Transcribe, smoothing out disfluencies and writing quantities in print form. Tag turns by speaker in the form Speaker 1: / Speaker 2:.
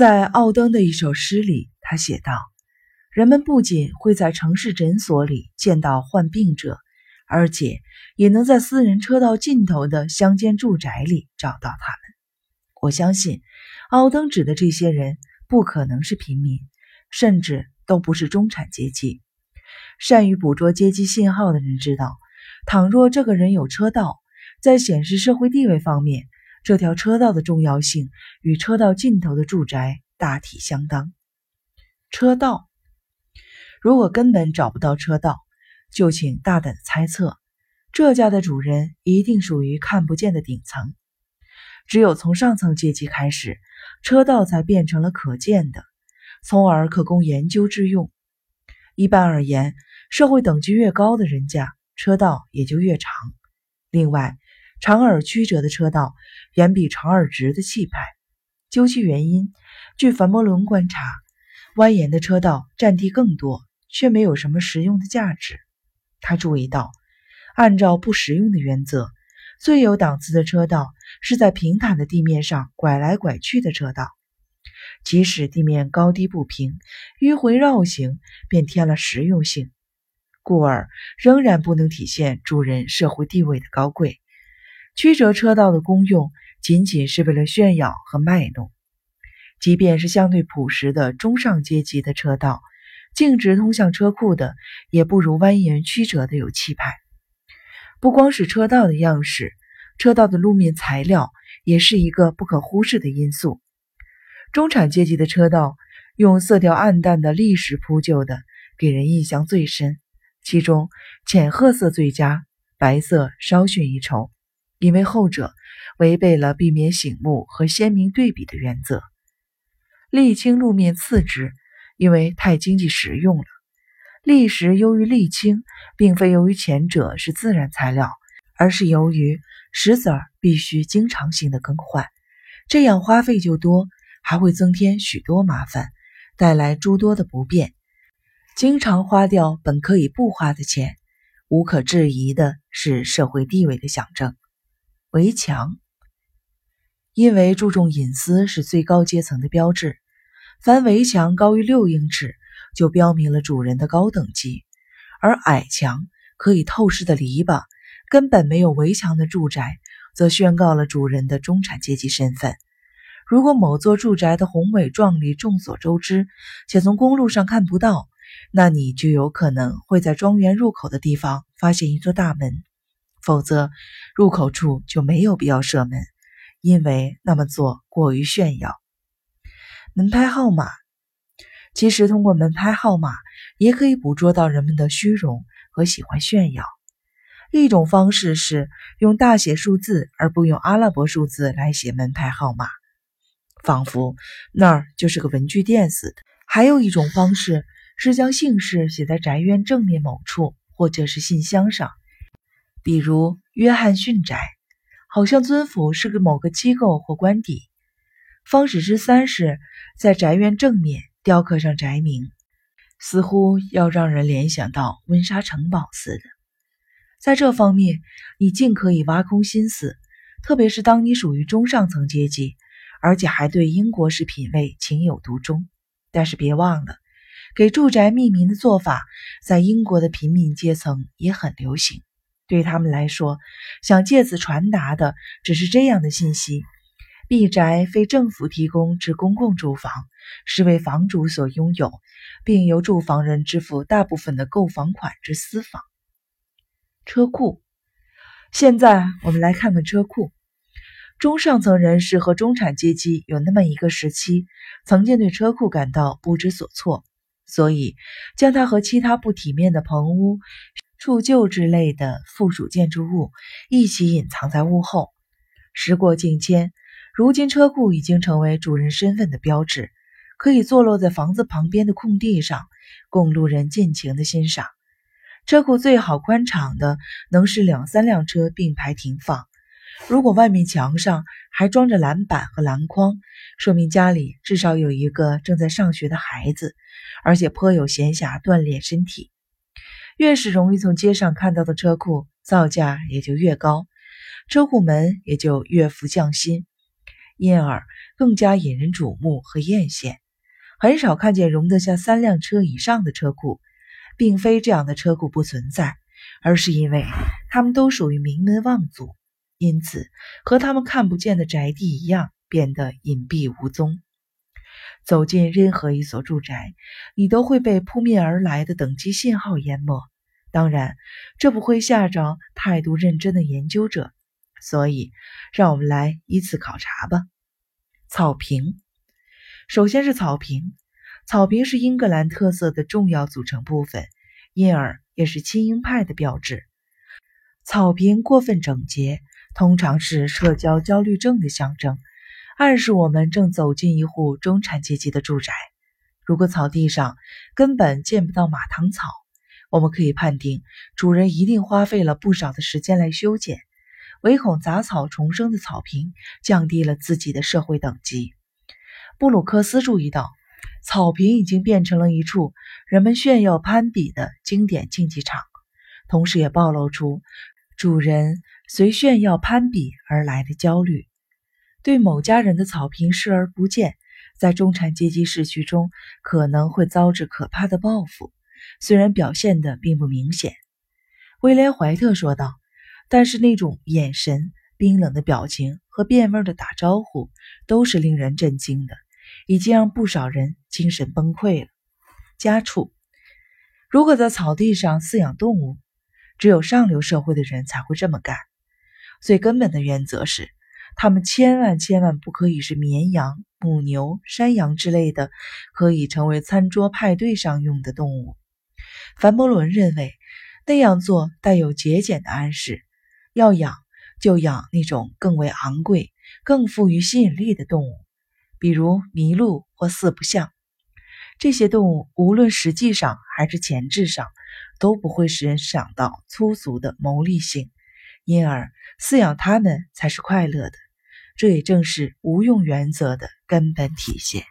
Speaker 1: 在奥登的一首诗里，他写道：人们不仅会在城市诊所里见到患病者，而且也能在私人车道尽头的乡间住宅里找到他们。我相信奥登指的这些人不可能是平民，甚至都不是中产阶级。善于捕捉阶级信号的人知道，倘若这个人有车道，在显示社会地位方面，这条车道的重要性与车道尽头的住宅大体相当。车道，如果根本找不到车道，就请大胆猜测，这家的主人一定属于看不见的顶层。只有从上层阶级开始，车道才变成了可见的，从而可供研究之用。一般而言，社会等级越高的人家，车道也就越长。另外，长而曲折的车道远比长而直的气派。究其原因，据凡伯伦观察，蜿蜒的车道占地更多，却没有什么实用的价值。他注意到，按照不实用的原则，最有档次的车道是在平坦的地面上拐来拐去的车道。即使地面高低不平，迂回绕行便添了实用性，故而仍然不能体现主人社会地位的高贵。曲折车道的功用仅仅是为了炫耀和卖弄。即便是相对朴实的中上阶级的车道，径直通向车库的也不如蜿蜒曲折的有气派。不光是车道的样式，车道的路面材料也是一个不可忽视的因素。中产阶级的车道用色调暗淡的砾石铺就的，给人印象最深，其中浅褐色最佳，白色稍逊一筹，因为后者违背了避免醒目和鲜明对比的原则。沥青路面次之，因为太经济实用了。砾石优于沥青，并非由于前者是自然材料，而是由于石子儿必须经常性的更换，这样花费就多，还会增添许多麻烦，带来诸多的不便，经常花掉本可以不花的钱，无可置疑的是社会地位的象征。围墙，因为注重隐私是最高阶层的标志，凡围墙高于6英尺，就标明了主人的高等级，而矮墙可以透视的篱笆，根本没有围墙的住宅，则宣告了主人的中产阶级身份。如果某座住宅的宏伟壮丽众所周知，且从公路上看不到，那你就有可能会在庄园入口的地方发现一座大门，否则入口处就没有必要设门，因为那么做过于炫耀。门牌号码，其实通过门牌号码也可以捕捉到人们的虚荣和喜欢炫耀。一种方式是用大写数字而不用阿拉伯数字来写门牌号码，仿佛那儿就是个文具店似的。还有一种方式是将姓氏写在宅院正面某处，或者是信箱上，比如约翰逊宅，好像尊府是个某个机构或官邸。方式之三是在宅院正面雕刻上宅名，似乎要让人联想到温莎城堡似的。在这方面，你尽可以挖空心思，特别是当你属于中上层阶级，而且还对英国式品味情有独钟。但是别忘了，给住宅命名的做法在英国的平民阶层也很流行。对他们来说，想借此传达的只是这样的信息：B宅非政府提供之公共住房，是为房主所拥有，并由住房人支付大部分的购房款之私房。车库，现在我们来看看车库。中上层人士和中产阶级有那么一个时期，曾经对车库感到不知所措，所以将它和其他不体面的棚屋、铸就之类的附属建筑物一起隐藏在屋后。时过境迁，如今车库已经成为主人身份的标志，可以坐落在房子旁边的空地上，供路人尽情的欣赏。车库最好宽敞的能使2-3辆车并排停放，如果外面墙上还装着篮板和篮筐，说明家里至少有一个正在上学的孩子，而且颇有闲暇锻炼身体。越是容易从街上看到的车库，造价也就越高，车库门也就越服匠心。 因而更加引人瞩目和艳羡。很少看见容得下3辆车以上的车库，并非这样的车库不存在，而是因为他们都属于名门望族，因此和他们看不见的宅地一样，变得隐蔽无踪。走进任何一所住宅，你都会被扑面而来的等级信号淹没。当然，这不会吓着态度认真的研究者，所以让我们来依次考察吧。草坪。首先是草坪。草坪是英格兰特色的重要组成部分，因而也是亲英派的标志。草坪过分整洁，通常是社交焦虑症的象征，暗示我们正走进一户中产阶级的住宅。如果草地上根本见不到马塘草，我们可以判定主人一定花费了不少的时间来修剪，唯恐杂草丛生的草坪降低了自己的社会等级。布鲁克斯注意到，草坪已经变成了一处人们炫耀攀比的经典竞技场，同时也暴露出主人随炫耀攀比而来的焦虑。对某家人的草坪视而不见，在中产阶级市区中可能会遭致可怕的报复，虽然表现得并不明显。威廉·怀特说道，但是那种眼神、冰冷的表情和变味的打招呼都是令人震惊的，已经让不少人精神崩溃了。家畜。如果在草地上饲养动物，只有上流社会的人才会这么干。最根本的原则是，他们千万不可以是绵羊、母牛、山羊之类的可以成为餐桌派对上用的动物。凡伯伦认为，那样做带有节俭的暗示，要养就养那种更为昂贵、更富于吸引力的动物，比如麋鹿或四不像。这些动物无论实际上还是潜质上，都不会使人想到粗俗的牟利性，因而饲养它们才是快乐的。这也正是无用原则的根本体现。